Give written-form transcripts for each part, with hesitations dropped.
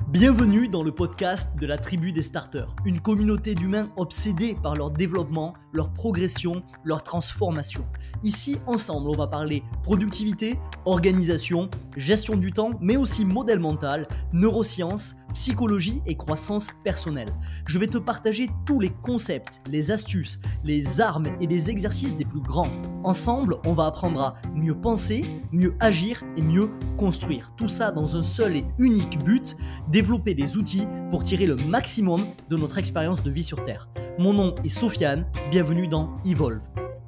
Bienvenue dans le podcast de la tribu des starters, une communauté d'humains obsédés par leur développement, leur progression, leur transformation. Ici, ensemble, on va parler productivité, organisation, gestion du temps, mais aussi modèle mental, neurosciences, psychologie et croissance personnelle. Je vais te partager tous les concepts, les astuces, les armes et les exercices des plus grands. Ensemble, on va apprendre à mieux penser, mieux agir et mieux construire. Tout ça dans un seul et unique but, développer des outils pour tirer le maximum de notre expérience de vie sur Terre. Mon nom est Sofiane, bienvenue dans Evolve.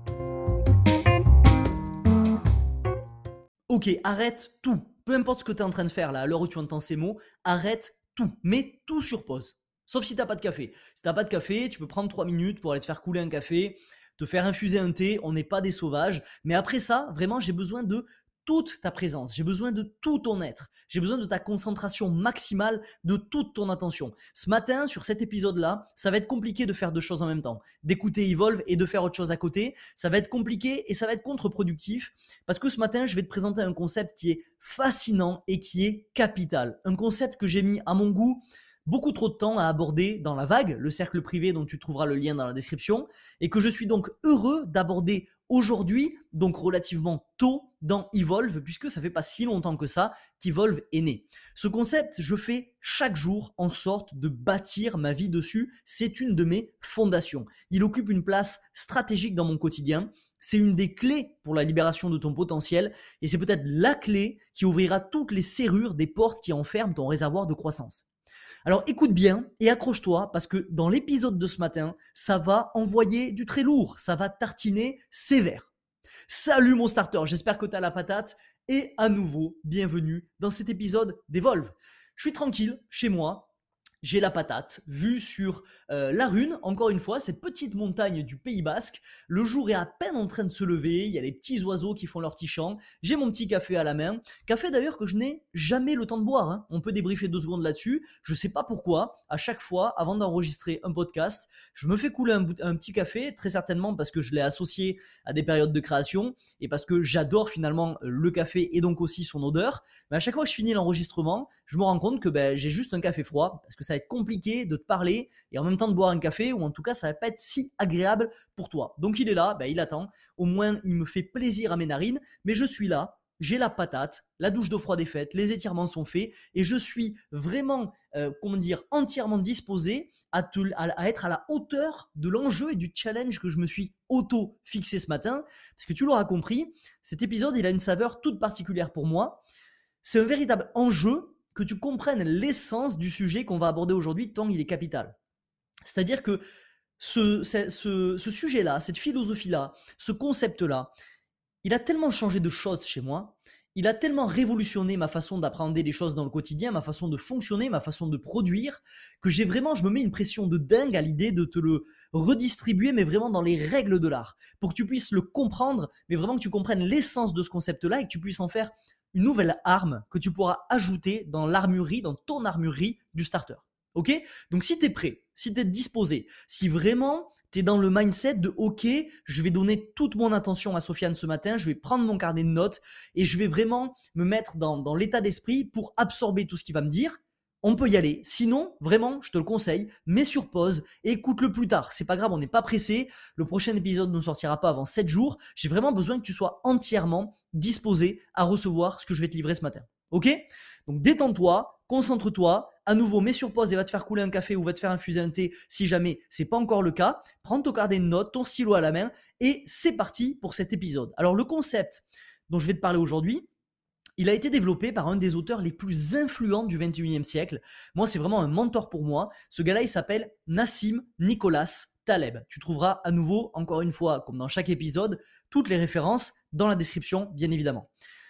Ok, arrête tout. Peu importe ce que tu es en train de faire là, à l'heure où tu entends ces mots, arrête tout. Mets tout sur pause. Sauf si tu n'as pas de café. Si tu n'as pas de café, tu peux prendre 3 minutes pour aller te faire couler un café, te faire infuser un thé, on n'est pas des sauvages. Mais après ça, vraiment, j'ai besoin de toute ta présence, j'ai besoin de tout ton être, j'ai besoin de ta concentration maximale, de toute ton attention. Ce matin, sur cet épisode-là, ça va être compliqué de faire deux choses en même temps, d'écouter Evolve et de faire autre chose à côté. Ça va être compliqué et ça va être contre-productif parce que ce matin, je vais te présenter un concept qui est fascinant et qui est capital. Un concept que j'ai mis à mon goût beaucoup trop de temps à aborder dans la vague, le cercle privé dont tu trouveras le lien dans la description, et que je suis donc heureux d'aborder aujourd'hui, donc relativement tôt dans Evolve, puisque ça fait pas si longtemps que ça qu'Evolve est né. Ce concept, je fais chaque jour en sorte de bâtir ma vie dessus, c'est une de mes fondations. Il occupe une place stratégique dans mon quotidien. C'est une des clés pour la libération de ton potentiel et c'est peut-être la clé qui ouvrira toutes les serrures des portes qui enferment ton réservoir de croissance. Alors écoute bien et accroche-toi parce que dans l'épisode de ce matin, ça va envoyer du très lourd, ça va tartiner sévère. Salut mon starter, j'espère que tu as la patate et à nouveau, bienvenue dans cet épisode d'Evolve. Je suis tranquille chez moi. J'ai la patate, vue sur la Rune, encore une fois, cette petite montagne du Pays Basque. Le jour est à peine en train de se lever, il y a les petits oiseaux qui font leur petit chant. J'ai mon petit café à la main, café d'ailleurs que je n'ai jamais le temps de boire, hein. On peut débriefer 2 secondes là-dessus. Je sais pas pourquoi, à chaque fois, avant d'enregistrer un podcast, je me fais couler un petit café, très certainement parce que je l'ai associé à des périodes de création et parce que j'adore finalement le café et donc aussi son odeur. Mais à chaque fois que je finis l'enregistrement, je me rends compte que j'ai juste un café froid parce que ça va être compliqué de te parler et en même temps de boire un café, ou en tout cas ça va pas être si agréable pour toi. Donc il est là, il attend, au moins il me fait plaisir à mes narines, mais je suis là, j'ai la patate, la douche d'eau froide est faite, les étirements sont faits et je suis vraiment, entièrement disposé à être à la hauteur de l'enjeu et du challenge que je me suis auto-fixé ce matin, parce que tu l'auras compris, cet épisode il a une saveur toute particulière pour moi. C'est un véritable enjeu que tu comprennes l'essence du sujet qu'on va aborder aujourd'hui, tant il est capital. C'est-à-dire que ce sujet-là, cette philosophie-là, ce concept-là, il a tellement changé de choses chez moi, il a tellement révolutionné ma façon d'appréhender les choses dans le quotidien, ma façon de fonctionner, ma façon de produire, que je me mets une pression de dingue à l'idée de te le redistribuer, mais vraiment dans les règles de l'art, pour que tu puisses le comprendre, mais vraiment que tu comprennes l'essence de ce concept-là et que tu puisses en faire une nouvelle arme que tu pourras ajouter dans l'armurerie, dans ton armurerie du starter. Ok ? Donc si tu es prêt, si tu es disposé, si vraiment tu es dans le mindset de ok, je vais donner toute mon attention à Sofiane ce matin, je vais prendre mon carnet de notes et je vais vraiment me mettre dans l'état d'esprit pour absorber tout ce qu'il va me dire, on peut y aller. Sinon, vraiment, je te le conseille, mets sur pause et écoute-le plus tard. C'est pas grave, on n'est pas pressé. Le prochain épisode ne sortira pas avant 7 jours. J'ai vraiment besoin que tu sois entièrement disposé à recevoir ce que je vais te livrer ce matin. Ok ? Donc détends-toi, concentre-toi. À nouveau, mets sur pause et va te faire couler un café ou va te faire infuser un thé si jamais c'est pas encore le cas. Prends ton carnet de notes, ton stylo à la main et c'est parti pour cet épisode. Alors le concept dont je vais te parler aujourd'hui, il a été développé par un des auteurs les plus influents du 21e siècle. Moi, c'est vraiment un mentor pour moi. Ce gars-là, il s'appelle Nassim Nicholas Taleb. Tu trouveras à nouveau, encore une fois, comme dans chaque épisode, toutes les références dans la description, bien évidemment.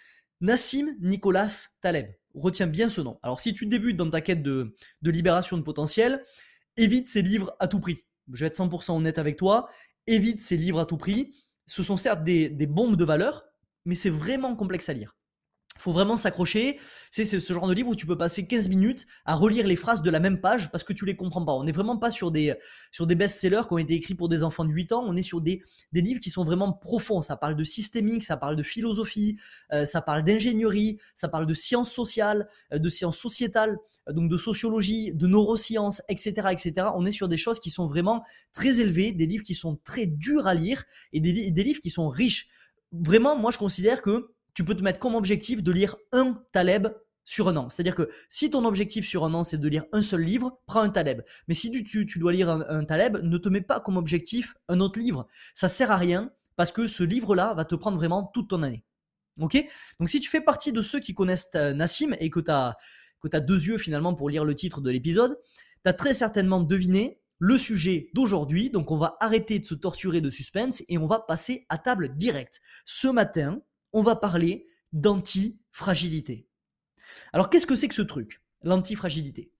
Nassim Nicholas Taleb. Retiens bien ce nom. Alors, si tu débutes dans ta quête de libération de potentiel, évite ces livres à tout prix. Je vais être 100% honnête avec toi. Évite ces livres à tout prix. Ce sont certes des bombes de valeur, mais c'est vraiment complexe à lire. Faut vraiment s'accrocher. C'est ce genre de livre où tu peux passer 15 minutes à relire les phrases de la même page parce que tu les comprends pas. On n'est vraiment pas sur des best-sellers qui ont été écrits pour des enfants de 8 ans. On est sur des livres qui sont vraiment profonds. Ça parle de systémique, ça parle de philosophie, ça parle d'ingénierie, ça parle de sciences sociales, de sciences sociétales, donc de sociologie, de neurosciences, etc., etc. On est sur des choses qui sont vraiment très élevées, des livres qui sont très durs à lire et des livres qui sont riches. Vraiment, moi, je considère que tu peux te mettre comme objectif de lire un Taleb sur un an. C'est-à-dire que si ton objectif sur un an, c'est de lire un seul livre, prends un Taleb. Mais si tu dois lire un Taleb, ne te mets pas comme objectif un autre livre. Ça sert à rien parce que ce livre-là va te prendre vraiment toute ton année. Ok? Donc si tu fais partie de ceux qui connaissent Nassim et que tu as deux yeux finalement pour lire le titre de l'épisode, tu as très certainement deviné le sujet d'aujourd'hui. Donc on va arrêter de se torturer de suspense et on va passer à table directe. Ce matin, on va parler d'antifragilité. Alors qu'est-ce que c'est que ce truc, l'antifragilité?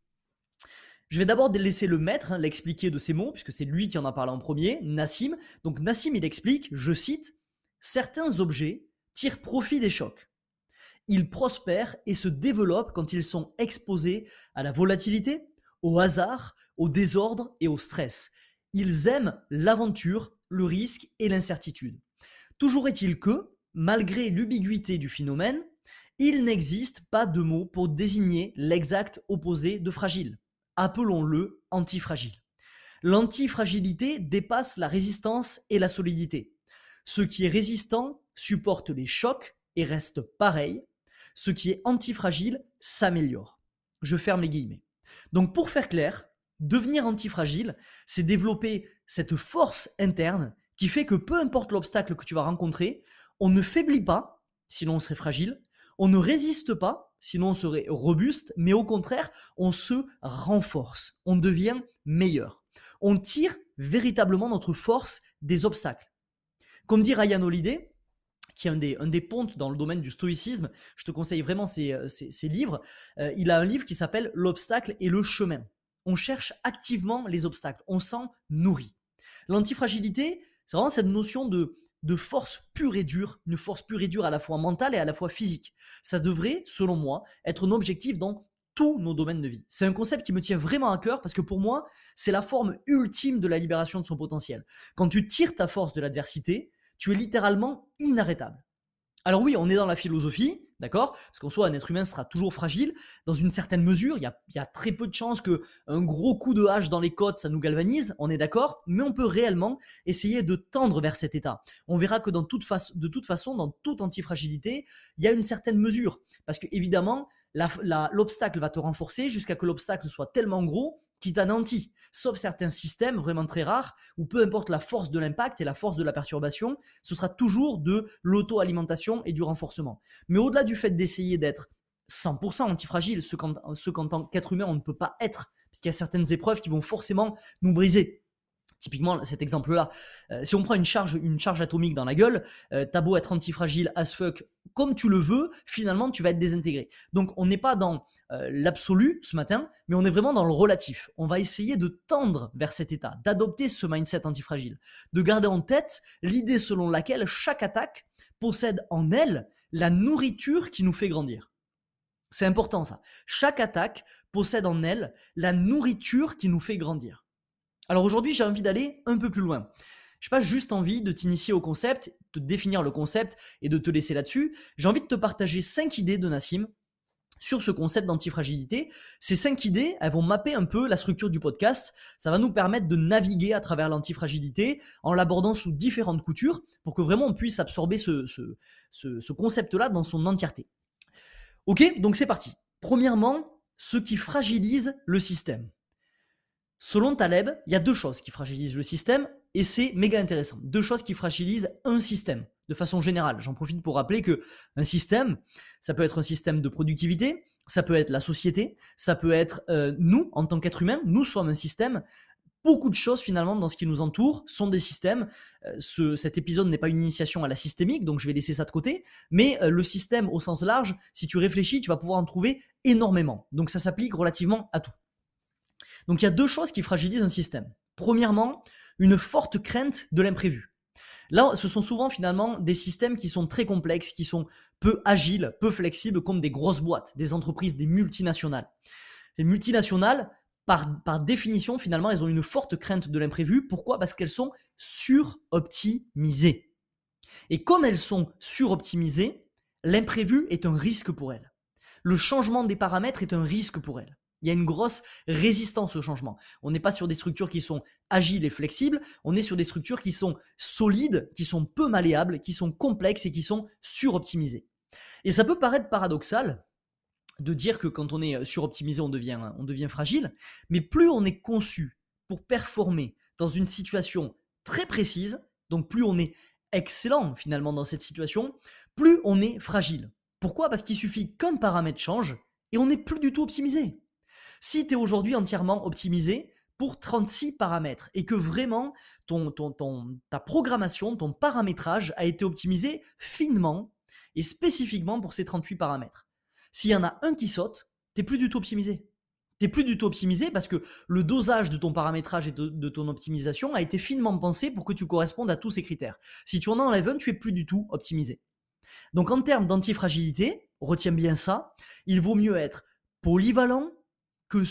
Je vais d'abord laisser le maître l'expliquer de ces mots, puisque c'est lui qui en a parlé en premier, Nassim. Donc Nassim, il explique, je cite, « Certains objets tirent profit des chocs. Ils prospèrent et se développent quand ils sont exposés à la volatilité, au hasard, au désordre et au stress. Ils aiment l'aventure, le risque et l'incertitude. Toujours est-il que, malgré l'ubiguïté du phénomène, il n'existe pas de mot pour désigner l'exact opposé de fragile. Appelons-le antifragile. L'antifragilité dépasse la résistance et la solidité. Ce qui est résistant supporte les chocs et reste pareil. Ce qui est antifragile s'améliore. Je ferme les guillemets. Donc pour faire clair, devenir antifragile, c'est développer cette force interne qui fait que peu importe l'obstacle que tu vas rencontrer, on ne faiblit pas, sinon on serait fragile, on ne résiste pas, sinon on serait robuste, mais au contraire, on se renforce, on devient meilleur. On tire véritablement notre force des obstacles. Comme dit Ryan Holiday, qui est un des pontes dans le domaine du stoïcisme, je te conseille vraiment ses livres. Il a un livre qui s'appelle « L'obstacle et le chemin ». On cherche activement les obstacles, on s'en nourrit. L'antifragilité, c'est vraiment cette notion de force pure et dure, une force pure et dure à la fois mentale et à la fois physique. Ça devrait, selon moi, être un objectif dans tous nos domaines de vie. C'est un concept qui me tient vraiment à cœur parce que pour moi, c'est la forme ultime de la libération de son potentiel. Quand tu tires ta force de l'adversité, tu es littéralement inarrêtable. Alors oui, on est dans la philosophie, d'accord? Parce qu'en soi, un être humain sera toujours fragile. Dans une certaine mesure, il y a très peu de chances qu'un gros coup de hache dans les côtes, ça nous galvanise, on est d'accord? Mais on peut réellement essayer de tendre vers cet état. On verra que de toute façon, dans toute antifragilité, il y a une certaine mesure. Parce que évidemment, l'obstacle va te renforcer jusqu'à que l'obstacle soit tellement gros qui t'anéantit, sauf certains systèmes vraiment très rares où peu importe la force de l'impact et la force de la perturbation, ce sera toujours de l'auto-alimentation et du renforcement. Mais au-delà du fait d'essayer d'être 100% antifragile, ce qu'en tant qu'être humain on ne peut pas être, parce qu'il y a certaines épreuves qui vont forcément nous briser. Typiquement, cet exemple-là, si on prend une charge atomique dans la gueule, t'as beau être antifragile as fuck comme tu le veux, finalement tu vas être désintégré. Donc on n'est pas dans l'absolu ce matin, mais on est vraiment dans le relatif. On va essayer de tendre vers cet état, d'adopter ce mindset antifragile, de garder en tête l'idée selon laquelle chaque attaque possède en elle la nourriture qui nous fait grandir. C'est important ça. Chaque attaque possède en elle la nourriture qui nous fait grandir. Alors aujourd'hui, j'ai envie d'aller un peu plus loin. Je n'ai pas juste envie de t'initier au concept, de définir le concept et de te laisser là-dessus. J'ai envie de te partager 5 idées de Nassim sur ce concept d'antifragilité. Ces 5 idées, elles vont mapper un peu la structure du podcast. Ça va nous permettre de naviguer à travers l'antifragilité en l'abordant sous différentes coutures pour que vraiment on puisse absorber ce concept-là dans son entièreté. Ok, donc c'est parti. Premièrement, ce qui fragilise le système. Selon Taleb, il y a 2 choses qui fragilisent le système et c'est méga intéressant. 2 choses qui fragilisent un système de façon générale. J'en profite pour rappeler que un système, ça peut être un système de productivité, ça peut être la société, ça peut être nous en tant qu'être humain, nous sommes un système. Beaucoup de choses finalement dans ce qui nous entoure sont des systèmes. Cet épisode n'est pas une initiation à la systémique, donc je vais laisser ça de côté. Mais le système au sens large, si tu réfléchis, tu vas pouvoir en trouver énormément. Donc ça s'applique relativement à tout. Donc il y a 2 choses qui fragilisent un système. Premièrement, une forte crainte de l'imprévu. Là, ce sont souvent finalement des systèmes qui sont très complexes, qui sont peu agiles, peu flexibles, comme des grosses boîtes, des entreprises, des multinationales. Les multinationales, par définition, finalement, elles ont une forte crainte de l'imprévu. Pourquoi? Parce qu'elles sont suroptimisées. Et comme elles sont suroptimisées, l'imprévu est un risque pour elles. Le changement des paramètres est un risque pour elles. Il y a une grosse résistance au changement. On n'est pas sur des structures qui sont agiles et flexibles, on est sur des structures qui sont solides, qui sont peu malléables, qui sont complexes et qui sont suroptimisées. Et ça peut paraître paradoxal de dire que quand on est suroptimisé, on devient fragile, mais plus on est conçu pour performer dans une situation très précise, donc plus on est excellent finalement dans cette situation, plus on est fragile. Pourquoi? Parce qu'il suffit qu'un paramètre change et on n'est plus du tout optimisé. Si tu es aujourd'hui entièrement optimisé pour 36 paramètres et que vraiment ta programmation, ton paramétrage a été optimisé finement et spécifiquement pour ces 38 paramètres. S'il y en a un qui saute, tu n'es plus du tout optimisé. Tu n'es plus du tout optimisé parce que le dosage de ton paramétrage et de ton optimisation a été finement pensé pour que tu correspondes à tous ces critères. Si tu en enlèves un, tu es plus du tout optimisé. Donc en termes d'antifragilité, retiens bien ça, il vaut mieux être polyvalent que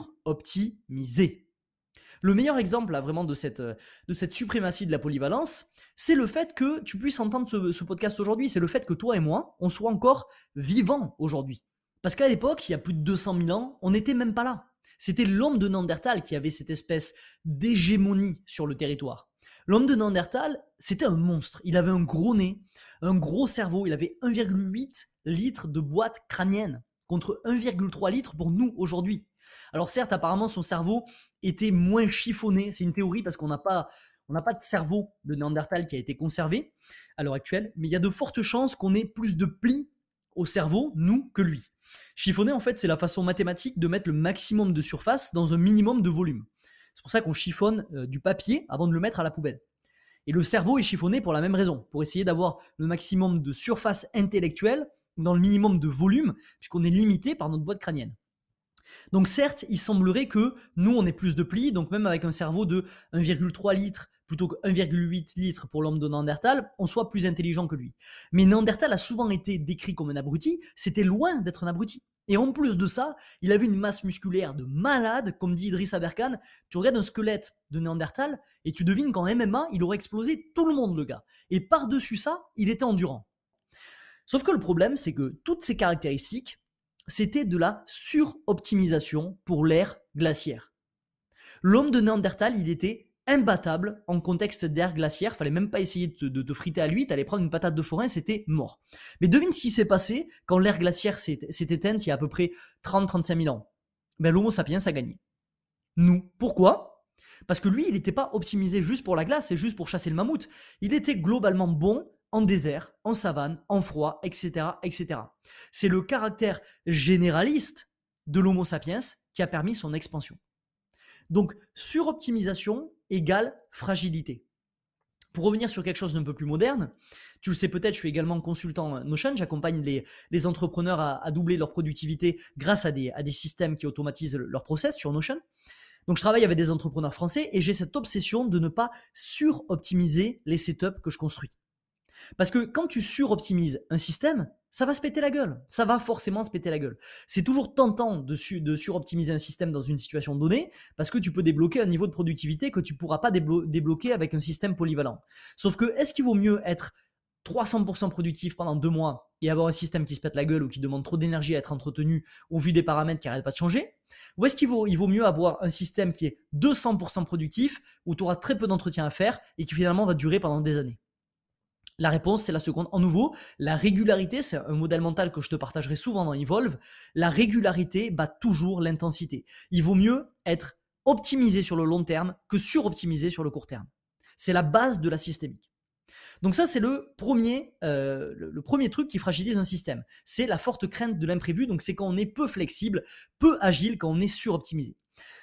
suroptimisé. Le meilleur exemple là, vraiment de cette suprématie de la polyvalence, c'est le fait que tu puisses entendre ce podcast aujourd'hui, c'est le fait que toi et moi, on soit encore vivants aujourd'hui. Parce qu'à l'époque, il y a plus de 200 000 ans, on n'était même pas là. C'était l'homme de Néandertal qui avait cette espèce d'hégémonie sur le territoire. L'homme de Néandertal, c'était un monstre. Il avait un gros nez, un gros cerveau, il avait 1,8 litres de boîte crânienne contre 1,3 litres pour nous aujourd'hui. Alors certes, apparemment, son cerveau était moins chiffonné. C'est une théorie parce qu'on n'a pas de cerveau de Néandertal qui a été conservé à l'heure actuelle, mais il y a de fortes chances qu'on ait plus de plis au cerveau, nous, que lui. Chiffonner, en fait, c'est la façon mathématique de mettre le maximum de surface dans un minimum de volume. C'est pour ça qu'on chiffonne du papier avant de le mettre à la poubelle. Et le cerveau est chiffonné pour la même raison, pour essayer d'avoir le maximum de surface intellectuelle dans le minimum de volume, puisqu'on est limité par notre boîte crânienne. Donc certes, il semblerait que nous, on ait plus de plis, donc même avec un cerveau de 1,3 litres plutôt que 1,8 litres pour l'homme de Néandertal, on soit plus intelligent que lui. Mais Néandertal a souvent été décrit comme un abruti, c'était loin d'être un abruti. Et en plus de ça, il avait une masse musculaire de malade, comme dit Idriss Aberkan. Tu regardes un squelette de Néandertal et tu devines qu'en MMA, il aurait explosé tout le monde, le gars. Et par-dessus ça, il était endurant. Sauf que le problème, c'est que toutes ces caractéristiques, c'était de la suroptimisation pour l'ère glaciaire. L'homme de Néandertal, il était imbattable en contexte d'ère glaciaire. Fallait même pas essayer de te friter à lui. T'allais prendre une patate de forain, c'était mort. Mais devine ce qui s'est passé quand l'ère glaciaire s'est éteinte il y a à peu près 30-35 000 ans. Ben, l'Homo sapiens a gagné. Nous. Pourquoi? Parce que lui, il n'était pas optimisé juste pour la glace et juste pour chasser le mammouth. Il était globalement bon en désert, en savane, en froid, etc., etc. C'est le caractère généraliste de l'Homo sapiens qui a permis son expansion. Donc, suroptimisation égale fragilité. Pour revenir sur quelque chose d'un peu plus moderne, tu le sais peut-être, je suis également consultant Notion, j'accompagne les entrepreneurs à doubler leur productivité grâce à des systèmes qui automatisent leur process sur Notion. Donc je travaille avec des entrepreneurs français et j'ai cette obsession de ne pas suroptimiser les setups que je construis. Parce que quand tu suroptimises un système, ça va se péter la gueule. Ça va forcément se péter la gueule. C'est toujours tentant de suroptimiser un système dans une situation donnée parce que tu peux débloquer un niveau de productivité que tu ne pourras pas débloquer avec un système polyvalent. Sauf que est-ce qu'il vaut mieux être 300% productif pendant 2 mois et avoir un système qui se pète la gueule ou qui demande trop d'énergie à être entretenu au vu des paramètres qui n'arrêtent pas de changer? Ou est-ce qu'il vaut mieux avoir un système qui est 200% productif où tu auras très peu d'entretien à faire et qui finalement va durer pendant des années? La réponse, c'est la seconde. En nouveau, la régularité, c'est un modèle mental que je te partagerai souvent dans Evolve. La régularité bat toujours l'intensité. Il vaut mieux être optimisé sur le long terme que suroptimisé sur le court terme. C'est la base de la systémique. Donc ça, c'est le premier truc qui fragilise un système. C'est la forte crainte de l'imprévu. Donc c'est quand on est peu flexible, peu agile, quand on est suroptimisé.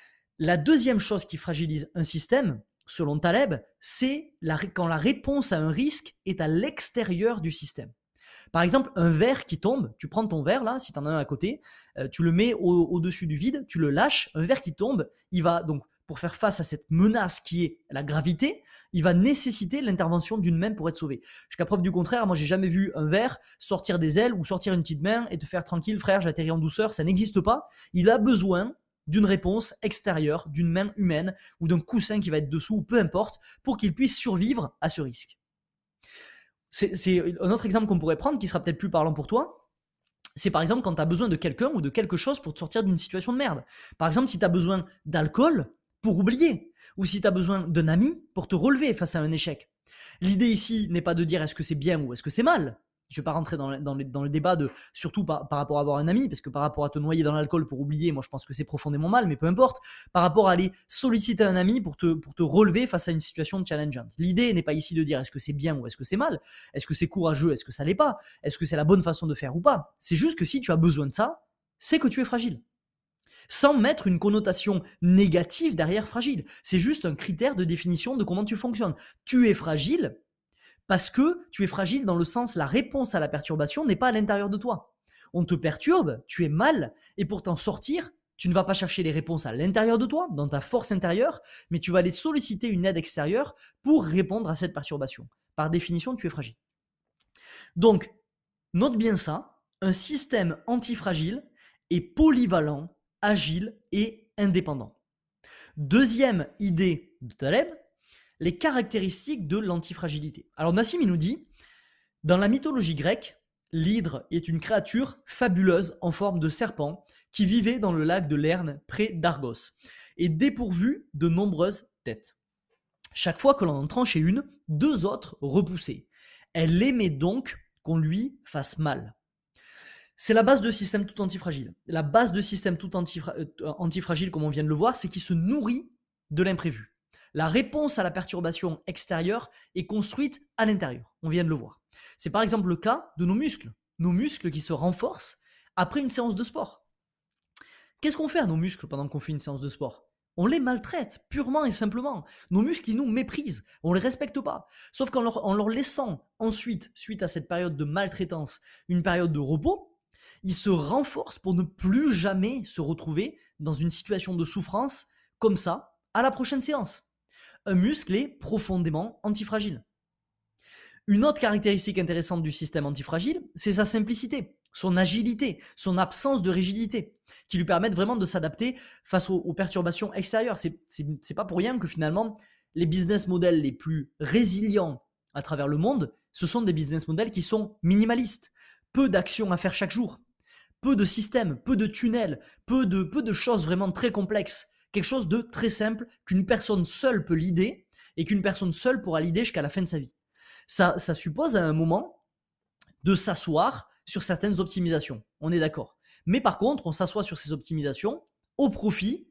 La deuxième chose qui fragilise un système, selon Taleb, c'est quand la réponse à un risque est à l'extérieur du système. Par exemple, un verre qui tombe, tu prends ton verre là, si tu en as un à côté, tu le mets au-dessus du vide, tu le lâches, un verre qui tombe, il va donc pour faire face à cette menace qui est la gravité, il va nécessiter l'intervention d'une main pour être sauvé. Jusqu'à preuve du contraire, moi j'ai jamais vu un ver sortir des ailes ou sortir une petite main et te faire tranquille frère, j'atterris en douceur, ça n'existe pas. Il a besoin d'une réponse extérieure, d'une main humaine ou d'un coussin qui va être dessous, ou peu importe, pour qu'il puisse survivre à ce risque. C'est un autre exemple qu'on pourrait prendre qui sera peut-être plus parlant pour toi. C'est par exemple quand tu as besoin de quelqu'un ou de quelque chose pour te sortir d'une situation de merde. Par exemple, si tu as besoin d'alcool pour oublier, ou si tu as besoin d'un ami pour te relever face à un échec. L'idée ici n'est pas de dire est-ce que c'est bien ou est-ce que c'est mal. Je ne vais pas rentrer dans le débat de surtout par rapport à avoir un ami, parce que par rapport à te noyer dans l'alcool pour oublier, moi je pense que c'est profondément mal, mais peu importe. Par rapport à aller solliciter un ami pour te relever face à une situation challengeante. L'idée n'est pas ici de dire est-ce que c'est bien ou est-ce que c'est mal, est-ce que c'est courageux, est-ce que ça l'est pas, est-ce que c'est la bonne façon de faire ou pas. C'est juste que si tu as besoin de ça, c'est que tu es fragile. Sans mettre une connotation négative derrière fragile. C'est juste un critère de définition de comment tu fonctionnes. Tu es fragile parce que tu es fragile dans le sens la réponse à la perturbation n'est pas à l'intérieur de toi. On te perturbe, tu es mal, et pour t'en sortir, tu ne vas pas chercher les réponses à l'intérieur de toi, dans ta force intérieure, mais tu vas aller solliciter une aide extérieure pour répondre à cette perturbation. Par définition, tu es fragile. Donc, note bien ça, un système antifragile est polyvalent, agile et indépendant. Deuxième idée de Taleb, les caractéristiques de l'antifragilité. Alors Nassim, il nous dit, dans la mythologie grecque, l'hydre est une créature fabuleuse en forme de serpent qui vivait dans le lac de Lerne près d'Argos et dépourvue de nombreuses têtes. Chaque fois que l'on en tranchait une, deux autres repoussaient. Elle aimait donc qu'on lui fasse mal. C'est la base de système tout antifragile. La base de système tout antifragile, comme on vient de le voir, c'est qu'il se nourrit de l'imprévu. La réponse à la perturbation extérieure est construite à l'intérieur. On vient de le voir. C'est par exemple le cas de nos muscles. Nos muscles qui se renforcent après une séance de sport. Qu'est-ce qu'on fait à nos muscles pendant qu'on fait une séance de sport ? On les maltraite, purement et simplement. Nos muscles, ils nous méprisent. On ne les respecte pas. Sauf qu'en leur laissant ensuite, suite à cette période de maltraitance, une période de repos, ils se renforcent pour ne plus jamais se retrouver dans une situation de souffrance comme ça à la prochaine séance. Un muscle est profondément antifragile. Une autre caractéristique intéressante du système antifragile, c'est sa simplicité, son agilité, son absence de rigidité, qui lui permettent vraiment de s'adapter face aux perturbations extérieures. C'est pas pour rien que finalement, les business models les plus résilients à travers le monde, ce sont des business models qui sont minimalistes. Peu d'actions à faire chaque jour, peu de systèmes, peu de tunnels, peu de choses vraiment très complexes. Quelque chose de très simple qu'une personne seule peut l'idée et qu'une personne seule pourra l'idée jusqu'à la fin de sa vie. Ça suppose à un moment de s'asseoir sur certaines optimisations, on est d'accord. Mais par contre, on s'assoit sur ces optimisations au profit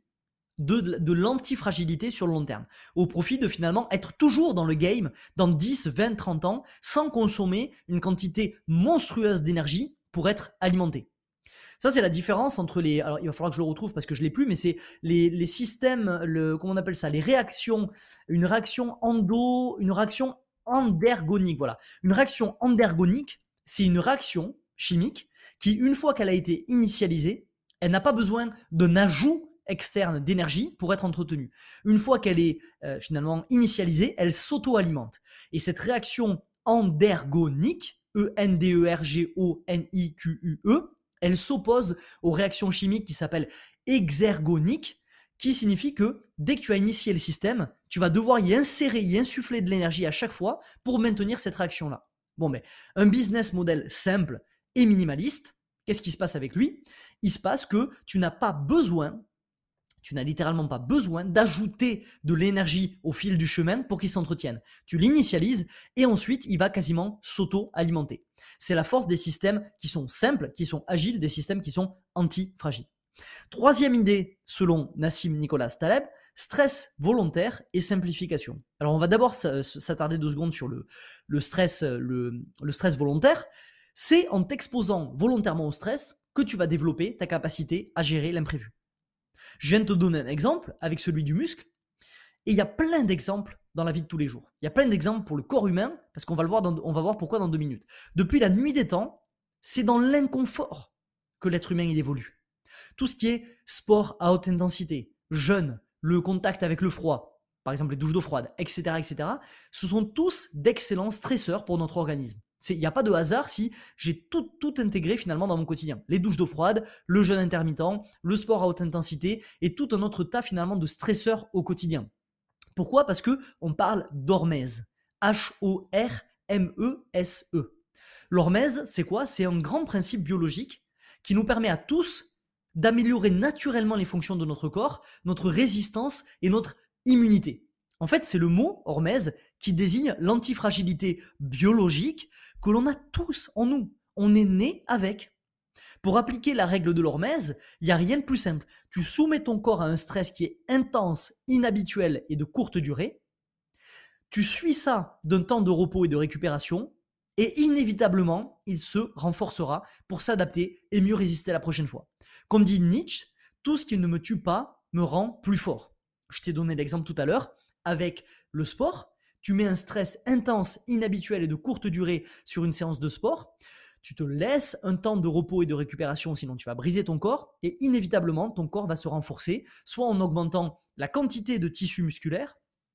de l'antifragilité sur le long terme, au profit de finalement être toujours dans le game dans 10, 20, 30 ans sans consommer une quantité monstrueuse d'énergie pour être alimenté. Ça, c'est la différence entre les... Alors, il va falloir que je le retrouve parce que je ne l'ai plus, mais c'est les systèmes, comment on appelle ça, les réactions, une réaction une réaction endergonique, voilà. Une réaction endergonique, c'est une réaction chimique qui, une fois qu'elle a été initialisée, elle n'a pas besoin d'un ajout externe d'énergie pour être entretenue. Une fois qu'elle est finalement initialisée, elle s'auto-alimente. Et cette réaction endergonique, E-N-D-E-R-G-O-N-I-Q-U-E, elle s'oppose aux réactions chimiques qui s'appellent exergoniques, qui signifie que dès que tu as initié le système, tu vas devoir y insérer, y insuffler de l'énergie à chaque fois pour maintenir cette réaction-là. Bon, mais un business model simple et minimaliste, qu'est-ce qui se passe avec lui ? Il se passe que tu n'as littéralement pas besoin d'ajouter de l'énergie au fil du chemin pour qu'il s'entretienne. Tu l'initialises et ensuite il va quasiment s'auto-alimenter. C'est la force des systèmes qui sont simples, qui sont agiles, des systèmes qui sont anti-fragiles. Troisième idée, selon Nassim Nicolas Taleb, stress volontaire et simplification. Alors on va d'abord s'attarder 2 secondes sur le stress volontaire. C'est en t'exposant volontairement au stress que tu vas développer ta capacité à gérer l'imprévu. Je viens de te donner un exemple avec celui du muscle, et il y a plein d'exemples dans la vie de tous les jours. Il y a plein d'exemples pour le corps humain, parce qu'on va on va voir pourquoi dans 2 minutes. Depuis la nuit des temps, c'est dans l'inconfort que l'être humain il évolue. Tout ce qui est sport à haute intensité, jeûne, le contact avec le froid, par exemple les douches d'eau froide, etc., etc., ce sont tous d'excellents stresseurs pour notre organisme. Il n'y a pas de hasard si j'ai tout intégré finalement dans mon quotidien. Les douches d'eau froide, le jeûne intermittent, le sport à haute intensité et tout un autre tas finalement de stresseurs au quotidien. Pourquoi? Parce que on parle d'hormèse. Hormese. L'hormèse, c'est quoi? C'est un grand principe biologique qui nous permet à tous d'améliorer naturellement les fonctions de notre corps, notre résistance et notre immunité. En fait, c'est le mot hormèse qui désigne l'antifragilité biologique que l'on a tous en nous. On est né avec. Pour appliquer la règle de l'hormèse, il n'y a rien de plus simple. Tu soumets ton corps à un stress qui est intense, inhabituel et de courte durée. Tu suis ça d'un temps de repos et de récupération. Et inévitablement, il se renforcera pour s'adapter et mieux résister la prochaine fois. Comme dit Nietzsche, tout ce qui ne me tue pas me rend plus fort. Je t'ai donné l'exemple tout à l'heure. Avec le sport, tu mets un stress intense, inhabituel et de courte durée sur une séance de sport. Tu te laisses un temps de repos et de récupération, sinon tu vas briser ton corps et inévitablement ton corps va se renforcer, soit en augmentant la quantité de tissu musculaire,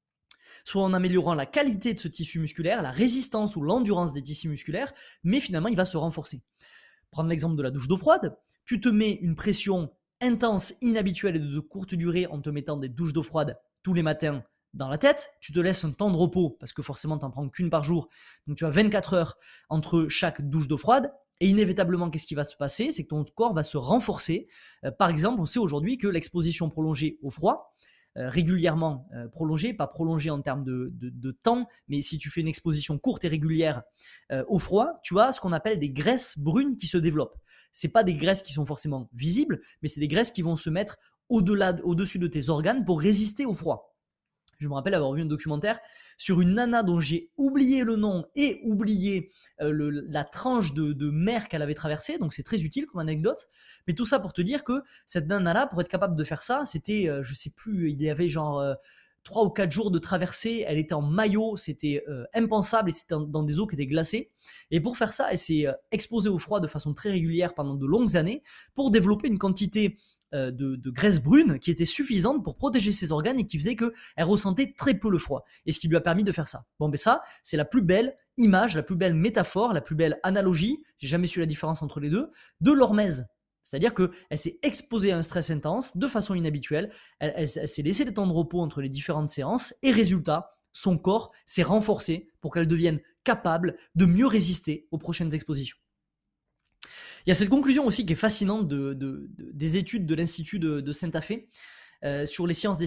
soit en améliorant la qualité de ce tissu musculaire, la résistance ou l'endurance des tissus musculaires, mais finalement il va se renforcer. Prendre l'exemple de la douche d'eau froide, tu te mets une pression intense, inhabituelle et de courte durée en te mettant des douches d'eau froide tous les matins dans la tête, tu te laisses un temps de repos, parce que forcément tu n'en prends qu'une par jour, donc tu as 24 heures entre chaque douche d'eau froide, et inévitablement qu'est-ce qui va se passer? C'est que ton corps va se renforcer. Par exemple, on sait aujourd'hui que l'exposition prolongée au froid, régulièrement prolongée, pas prolongée en termes de temps, mais si tu fais une exposition courte et régulière au froid, tu as ce qu'on appelle des graisses brunes qui se développent. C'est pas des graisses qui sont forcément visibles, mais c'est des graisses qui vont se mettre au-dessus de tes organes pour résister au froid. Je me rappelle avoir vu un documentaire sur une nana dont j'ai oublié le nom et oublié la tranche de mer qu'elle avait traversée, donc c'est très utile comme anecdote. Mais tout ça pour te dire que cette nana-là, pour être capable de faire ça, c'était, je sais plus, il y avait genre 3 ou 4 jours de traversée, elle était en maillot, c'était impensable et c'était dans des eaux qui étaient glacées. Et pour faire ça, elle s'est exposée au froid de façon très régulière pendant de longues années pour développer une quantité de graisse brune qui était suffisante pour protéger ses organes et qui faisait qu'elle ressentait très peu le froid. Et ce qui lui a permis de faire ça. Bon, ben ça, c'est la plus belle image, la plus belle métaphore, la plus belle analogie, j'ai jamais su la différence entre les deux, de l'hormèse. C'est-à-dire qu'elle s'est exposée à un stress intense de façon inhabituelle, elle s'est laissé des temps de repos entre les différentes séances et résultat, son corps s'est renforcé pour qu'elle devienne capable de mieux résister aux prochaines expositions. Il y a cette conclusion aussi qui est fascinante des études de l'Institut de Santa Fe sur les sciences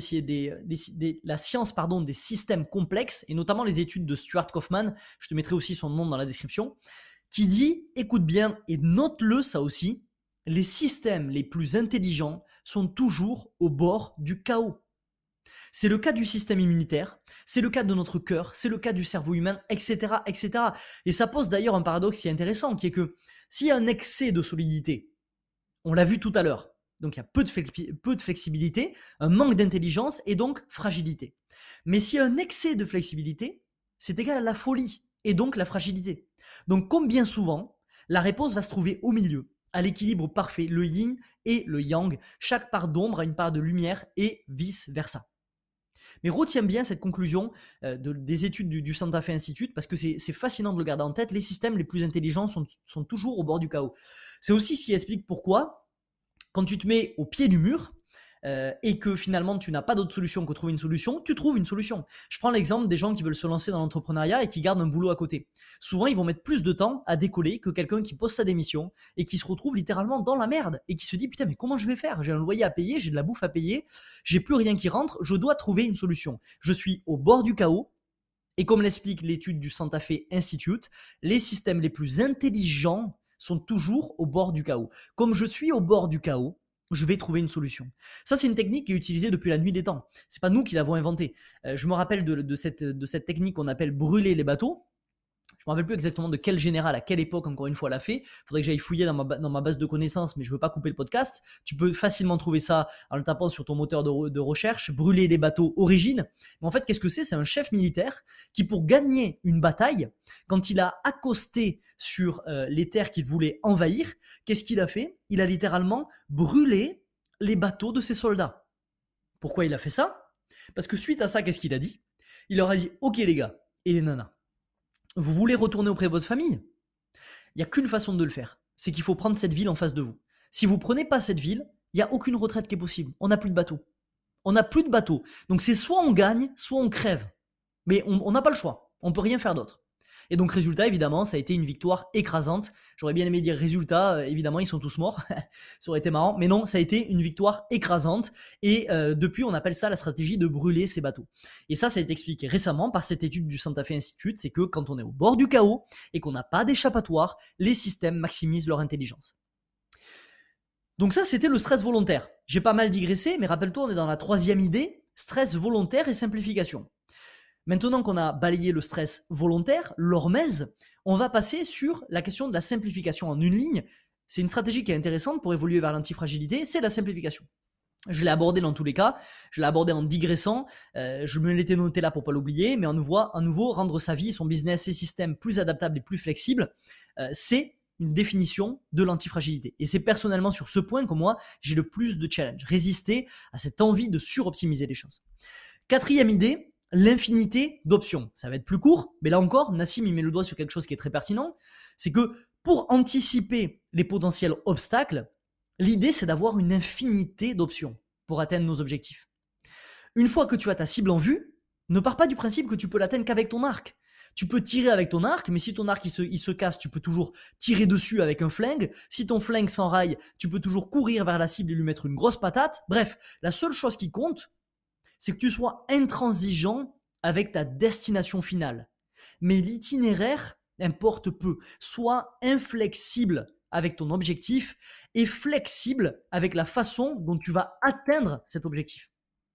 la science des systèmes complexes, et notamment les études de Stuart Kauffman, je te mettrai aussi son nom dans la description, qui dit, écoute bien et note-le ça aussi, les systèmes les plus intelligents sont toujours au bord du chaos. C'est le cas du système immunitaire, c'est le cas de notre cœur, c'est le cas du cerveau humain, etc., etc. Et ça pose d'ailleurs un paradoxe qui est intéressant, qui est que s'il y a un excès de solidité, on l'a vu tout à l'heure, donc il y a peu de flexibilité, un manque d'intelligence et donc fragilité. Mais s'il y a un excès de flexibilité, c'est égal à la folie et donc la fragilité. Donc comme bien souvent, la réponse va se trouver au milieu, à l'équilibre parfait, le yin et le yang. Chaque part d'ombre a une part de lumière et vice-versa. Mais retiens bien cette conclusion des études du Santa Fe Institute, parce que c'est fascinant de le garder en tête. Les systèmes les plus intelligents sont toujours au bord du chaos. C'est aussi ce qui explique pourquoi, quand tu te mets au pied du mur, et que finalement tu n'as pas d'autre solution que trouver une solution, tu trouves une solution. Je prends l'exemple des gens qui veulent se lancer dans l'entrepreneuriat et qui gardent un boulot à côté. Souvent, ils vont mettre plus de temps à décoller que quelqu'un qui pose sa démission et qui se retrouve littéralement dans la merde et qui se dit putain, mais comment je vais faire? J'ai un loyer à payer, j'ai de la bouffe à payer, j'ai plus rien qui rentre, je dois trouver une solution. Je suis au bord du chaos. Et comme l'explique l'étude du Santa Fe Institute, les systèmes les plus intelligents sont toujours au bord du chaos. Comme je suis au bord du chaos, je vais trouver une solution. Ça, c'est une technique qui est utilisée depuis la nuit des temps. C'est pas nous qui l'avons inventée. Je me rappelle de cette technique qu'on appelle brûler les bateaux. Je me rappelle plus exactement de quel général, à quelle époque, encore une fois, l'a fait. Il faudrait que j'aille fouiller dans ma base de connaissances, mais je veux pas couper le podcast. Tu peux facilement trouver ça en le tapant sur ton moteur de recherche, brûler les bateaux origine. Mais en fait, qu'est-ce que c'est? C'est un chef militaire qui, pour gagner une bataille, quand il a accosté sur les terres qu'il voulait envahir, qu'est-ce qu'il a fait? Il a littéralement brûlé les bateaux de ses soldats. Pourquoi il a fait ça? Parce que suite à ça, qu'est-ce qu'il a dit? Il leur a dit, ok les gars et les nanas, vous voulez retourner auprès de votre famille? Il n'y a qu'une façon de le faire, c'est qu'il faut prendre cette ville en face de vous. Si vous prenez pas cette ville, il n'y a aucune retraite qui est possible. On n'a plus de bateau. On n'a plus de bateau. Donc c'est soit on gagne, soit on crève. Mais on n'a pas le choix. On peut rien faire d'autre. Et donc résultat, évidemment, ça a été une victoire écrasante. J'aurais bien aimé dire résultat, évidemment, ils sont tous morts. Ça aurait été marrant. Mais non, ça a été une victoire écrasante. Et depuis, on appelle ça la stratégie de brûler ces bateaux. Et ça a été expliqué récemment par cette étude du Santa Fe Institute. C'est que quand on est au bord du chaos et qu'on n'a pas d'échappatoire, les systèmes maximisent leur intelligence. Donc ça, c'était le stress volontaire. J'ai pas mal digressé, mais rappelle-toi, on est dans la troisième idée, stress volontaire et simplification. Maintenant qu'on a balayé le stress volontaire, l'hormèse, on va passer sur la question de la simplification en une ligne. C'est une stratégie qui est intéressante pour évoluer vers l'antifragilité, c'est la simplification. Je l'ai abordé dans tous les cas, je l'ai abordé en digressant, je me l'étais noté là pour pas l'oublier, mais à nouveau, rendre sa vie, son business, ses systèmes plus adaptables et plus flexibles, c'est une définition de l'antifragilité. Et c'est personnellement sur ce point que moi, j'ai le plus de challenge, résister à cette envie de suroptimiser les choses. Quatrième idée, l'infinité d'options. Ça va être plus court, mais là encore, Nassim il met le doigt sur quelque chose qui est très pertinent, c'est que pour anticiper les potentiels obstacles, l'idée c'est d'avoir une infinité d'options pour atteindre nos objectifs. Une fois que tu as ta cible en vue, ne pars pas du principe que tu peux l'atteindre qu'avec ton arc. Tu peux tirer avec ton arc, mais si ton arc il se casse, tu peux toujours tirer dessus avec un flingue. Si ton flingue s'enraille, tu peux toujours courir vers la cible et lui mettre une grosse patate. Bref, la seule chose qui compte, c'est que tu sois intransigeant avec ta destination finale. Mais l'itinéraire importe peu. Sois inflexible avec ton objectif et flexible avec la façon dont tu vas atteindre cet objectif.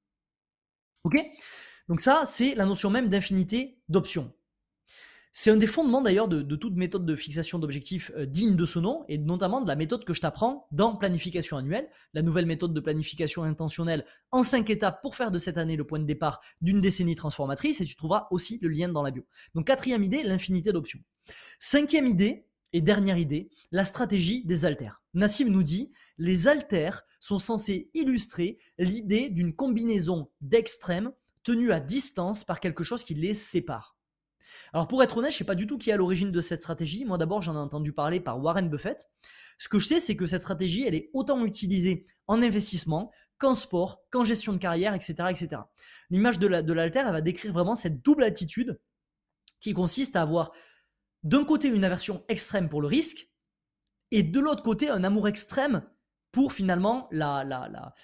Ok? Donc ça, c'est la notion même d'infinité d'options. C'est un des fondements d'ailleurs de toute méthode de fixation d'objectifs digne de ce nom, et notamment de la méthode que je t'apprends dans Planification Annuelle, la nouvelle méthode de planification intentionnelle en 5 étapes pour faire de cette année le point de départ d'une décennie transformatrice, et tu trouveras aussi le lien dans la bio. Donc quatrième idée, l'infinité d'options. Cinquième idée, et dernière idée, la stratégie des haltères. Nassim nous dit, les haltères sont censés illustrer l'idée d'une combinaison d'extrêmes tenus à distance par quelque chose qui les sépare. Alors pour être honnête, je ne sais pas du tout qui est à l'origine de cette stratégie. Moi d'abord, j'en ai entendu parler par Warren Buffett. Ce que je sais, c'est que cette stratégie, elle est autant utilisée en investissement qu'en sport, qu'en gestion de carrière, etc. etc. L'image de l'halter, elle va décrire vraiment cette double attitude qui consiste à avoir d'un côté une aversion extrême pour le risque et de l'autre côté un amour extrême pour finalement la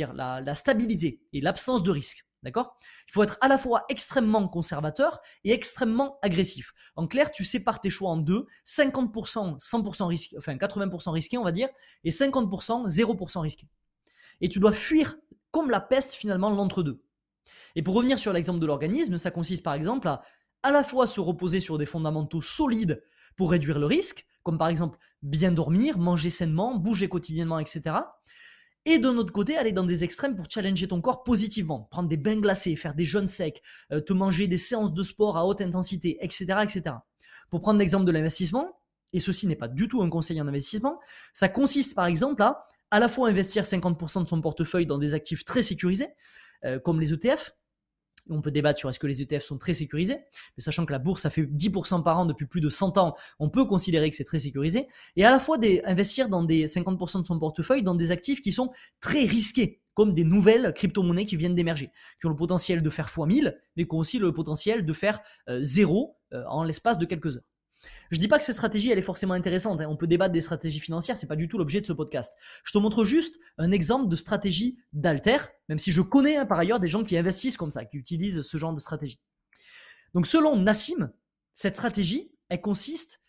stabilité et l'absence de risque. D'accord? Il faut être à la fois extrêmement conservateur et extrêmement agressif. En clair, tu sépares tes choix en deux, 50%, 100% risqué, enfin 80% risqué, on va dire, et 50%, 0% risqué. Et tu dois fuir comme la peste finalement l'entre-deux. Et pour revenir sur l'exemple de l'organisme, ça consiste par exemple à la fois se reposer sur des fondamentaux solides pour réduire le risque, comme par exemple bien dormir, manger sainement, bouger quotidiennement, etc. Et d'un autre côté, aller dans des extrêmes pour challenger ton corps positivement, prendre des bains glacés, faire des jeûnes secs, te manger des séances de sport à haute intensité, etc. etc. Pour prendre l'exemple de l'investissement, et ceci n'est pas du tout un conseil en investissement, ça consiste par exemple à la fois investir 50% de son portefeuille dans des actifs très sécurisés, comme les ETF. On peut débattre sur est-ce que les ETF sont très sécurisés, mais sachant que la bourse, ça fait 10% par an depuis plus de 100 ans, on peut considérer que c'est très sécurisé, et à la fois investir dans des 50% de son portefeuille dans des actifs qui sont très risqués, comme des nouvelles crypto-monnaies qui viennent d'émerger, qui ont le potentiel de faire x1000, mais qui ont aussi le potentiel de faire 0 en l'espace de quelques heures. Je dis pas que cette stratégie elle est forcément intéressante, hein. On peut débattre des stratégies financières, c'est pas du tout l'objet de ce podcast. Je te montre juste un exemple de stratégie d'alter, même si je connais par ailleurs des gens qui investissent comme ça, qui utilisent ce genre de stratégie. Donc selon Nassim, cette stratégie, elle consiste,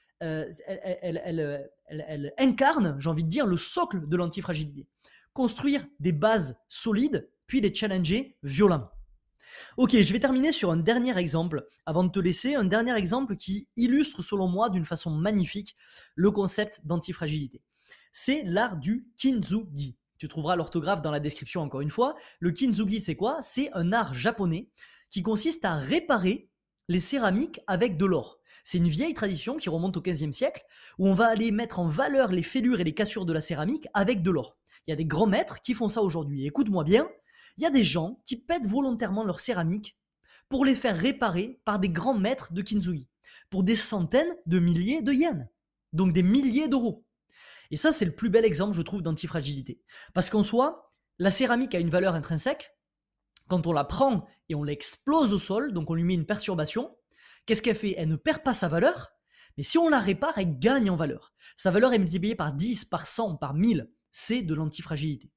elle incarne, j'ai envie de dire, le socle de l'antifragilité. Construire des bases solides, puis les challenger violemment. Ok, je vais terminer sur un dernier exemple, avant de te laisser, un dernier exemple qui illustre selon moi d'une façon magnifique le concept d'antifragilité. C'est l'art du kintsugi. Tu trouveras l'orthographe dans la description encore une fois. Le kintsugi, c'est quoi? C'est un art japonais qui consiste à réparer les céramiques avec de l'or. C'est une vieille tradition qui remonte au XVe siècle où on va aller mettre en valeur les fêlures et les cassures de la céramique avec de l'or. Il y a des grands maîtres qui font ça aujourd'hui. Écoute-moi bien, Il y a des gens qui pètent volontairement leur céramique pour les faire réparer par des grands maîtres de Kintsugi, pour des centaines de milliers de yens, donc des milliers d'euros. Et ça, c'est le plus bel exemple, je trouve, d'antifragilité. Parce qu'en soi, la céramique a une valeur intrinsèque. Quand on la prend et on l'explose au sol, donc on lui met une perturbation, qu'est-ce qu'elle fait? Elle ne perd pas sa valeur, mais si on la répare, elle gagne en valeur. Sa valeur est multipliée par 10, par 100, par 1000. C'est de l'antifragilité.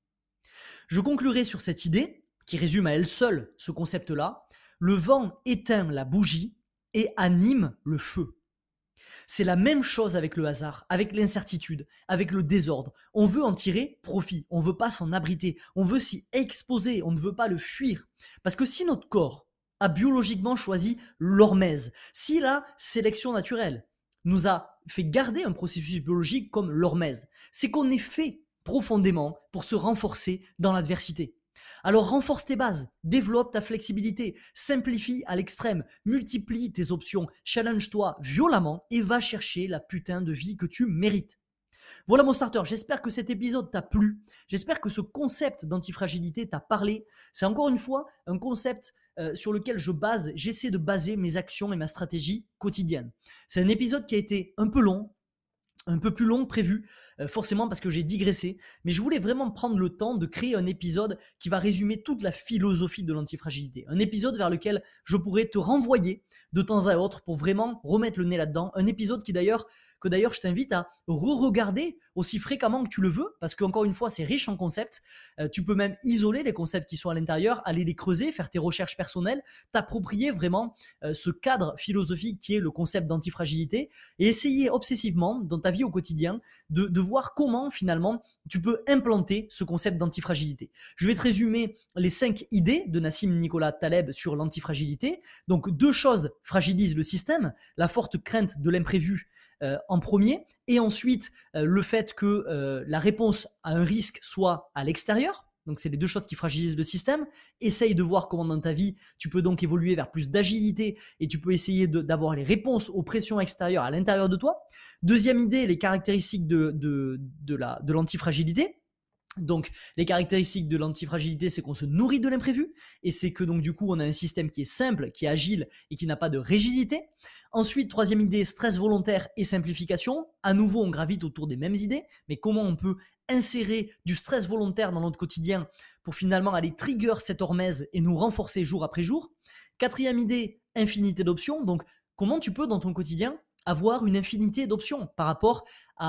Je conclurai sur cette idée, qui résume à elle seule ce concept-là. Le vent éteint la bougie et anime le feu. C'est la même chose avec le hasard, avec l'incertitude, avec le désordre. On veut en tirer profit, on ne veut pas s'en abriter, on veut s'y exposer, on ne veut pas le fuir. Parce que si notre corps a biologiquement choisi l'hormèse, si la sélection naturelle nous a fait garder un processus biologique comme l'hormèse, c'est qu'on est fait profondément pour se renforcer dans l'adversité. Alors renforce tes bases, développe ta flexibilité, simplifie à l'extrême, multiplie tes options, challenge-toi violemment et va chercher la putain de vie que tu mérites. Voilà mon starter, j'espère que cet épisode t'a plu, j'espère que ce concept d'antifragilité t'a parlé. C'est encore une fois un concept sur lequel j'essaie de baser mes actions et ma stratégie quotidienne. C'est un épisode qui a été un peu long, un peu plus long que prévu, forcément parce que j'ai digressé, mais je voulais vraiment prendre le temps de créer un épisode qui va résumer toute la philosophie de l'antifragilité. Un épisode vers lequel je pourrais te renvoyer de temps à autre pour vraiment remettre le nez là-dedans. Un épisode que d'ailleurs je t'invite à re-regarder aussi fréquemment que tu le veux, parce qu'encore une fois, c'est riche en concepts. Tu peux même isoler les concepts qui sont à l'intérieur, aller les creuser, faire tes recherches personnelles, t'approprier vraiment ce cadre philosophique qui est le concept d'antifragilité et essayer obsessivement dans ta vie au quotidien de voir comment finalement tu peux implanter ce concept d'antifragilité. Je vais te résumer les 5 idées de Nassim Nicolas Taleb sur l'antifragilité. Donc 2 choses fragilisent le système, la forte crainte de l'imprévu en premier, et ensuite le fait que la réponse à un risque soit à l'extérieur. Donc c'est les 2 choses qui fragilisent le système. Essaye de voir comment dans ta vie tu peux donc évoluer vers plus d'agilité et tu peux essayer d'avoir les réponses aux pressions extérieures à l'intérieur de toi. Deuxième idée, les caractéristiques de l'antifragilité. Donc les caractéristiques de l'antifragilité, c'est qu'on se nourrit de l'imprévu et c'est que donc du coup on a un système qui est simple, qui est agile et qui n'a pas de rigidité. Ensuite, troisième idée, stress volontaire et simplification. À nouveau, on gravite autour des mêmes idées, mais comment on peut insérer du stress volontaire dans notre quotidien pour finalement aller trigger cette hormèse et nous renforcer jour après jour. Quatrième idée, infinité d'options. Donc comment tu peux dans ton quotidien avoir une infinité d'options par rapport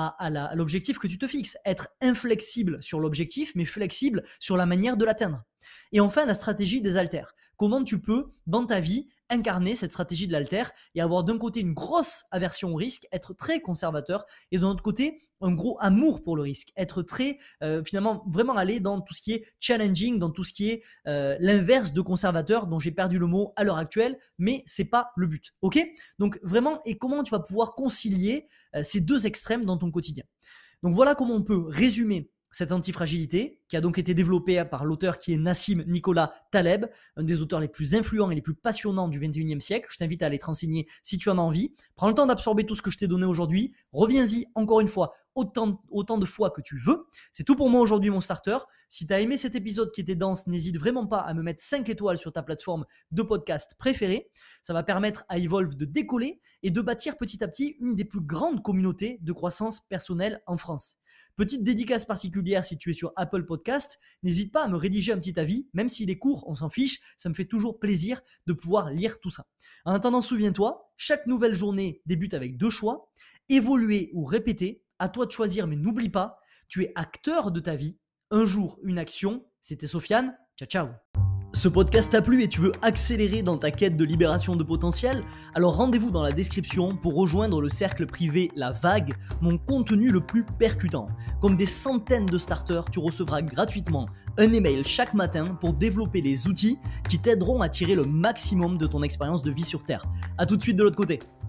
à l'objectif que tu te fixes. Être inflexible sur l'objectif, mais flexible sur la manière de l'atteindre. Et enfin, la stratégie des haltères. Comment tu peux, dans ta vie, incarner cette stratégie de l'haltère et avoir d'un côté une grosse aversion au risque, être très conservateur, et d'un autre côté, un gros amour pour le risque, être très, finalement, vraiment aller dans tout ce qui est challenging, dans tout ce qui est l'inverse de conservateur, dont j'ai perdu le mot à l'heure actuelle, mais c'est pas le but, ok? Donc vraiment, et comment tu vas pouvoir concilier ces 2 extrêmes dans ton quotidien. Donc voilà comment on peut résumer cette antifragilité, qui a donc été développée par l'auteur qui est Nassim Nicolas Taleb, un des auteurs les plus influents et les plus passionnants du 21e siècle. Je t'invite à aller te renseigner si tu en as envie. Prends le temps d'absorber tout ce que je t'ai donné aujourd'hui. Reviens-y encore une fois autant de fois que tu veux. C'est tout pour moi aujourd'hui, mon starter. Si tu as aimé cet épisode qui était dense, n'hésite vraiment pas à me mettre 5 étoiles sur ta plateforme de podcast préférée. Ça va permettre à Evolve de décoller et de bâtir petit à petit une des plus grandes communautés de croissance personnelle en France. Petite dédicace particulière si tu es sur Apple Podcast, n'hésite pas à me rédiger un petit avis, même s'il est court, on s'en fiche, ça me fait toujours plaisir de pouvoir lire tout ça. En attendant, souviens-toi, chaque nouvelle journée débute avec 2 choix, évoluer ou répéter, à toi de choisir, mais n'oublie pas, tu es acteur de ta vie, un jour une action. C'était Sofiane, ciao ciao. Ce podcast t'a plu et tu veux accélérer dans ta quête de libération de potentiel? Alors rendez-vous dans la description pour rejoindre le cercle privé La Vague, mon contenu le plus percutant. Comme des centaines de starters, tu recevras gratuitement un email chaque matin pour développer les outils qui t'aideront à tirer le maximum de ton expérience de vie sur Terre. A tout de suite de l'autre côté.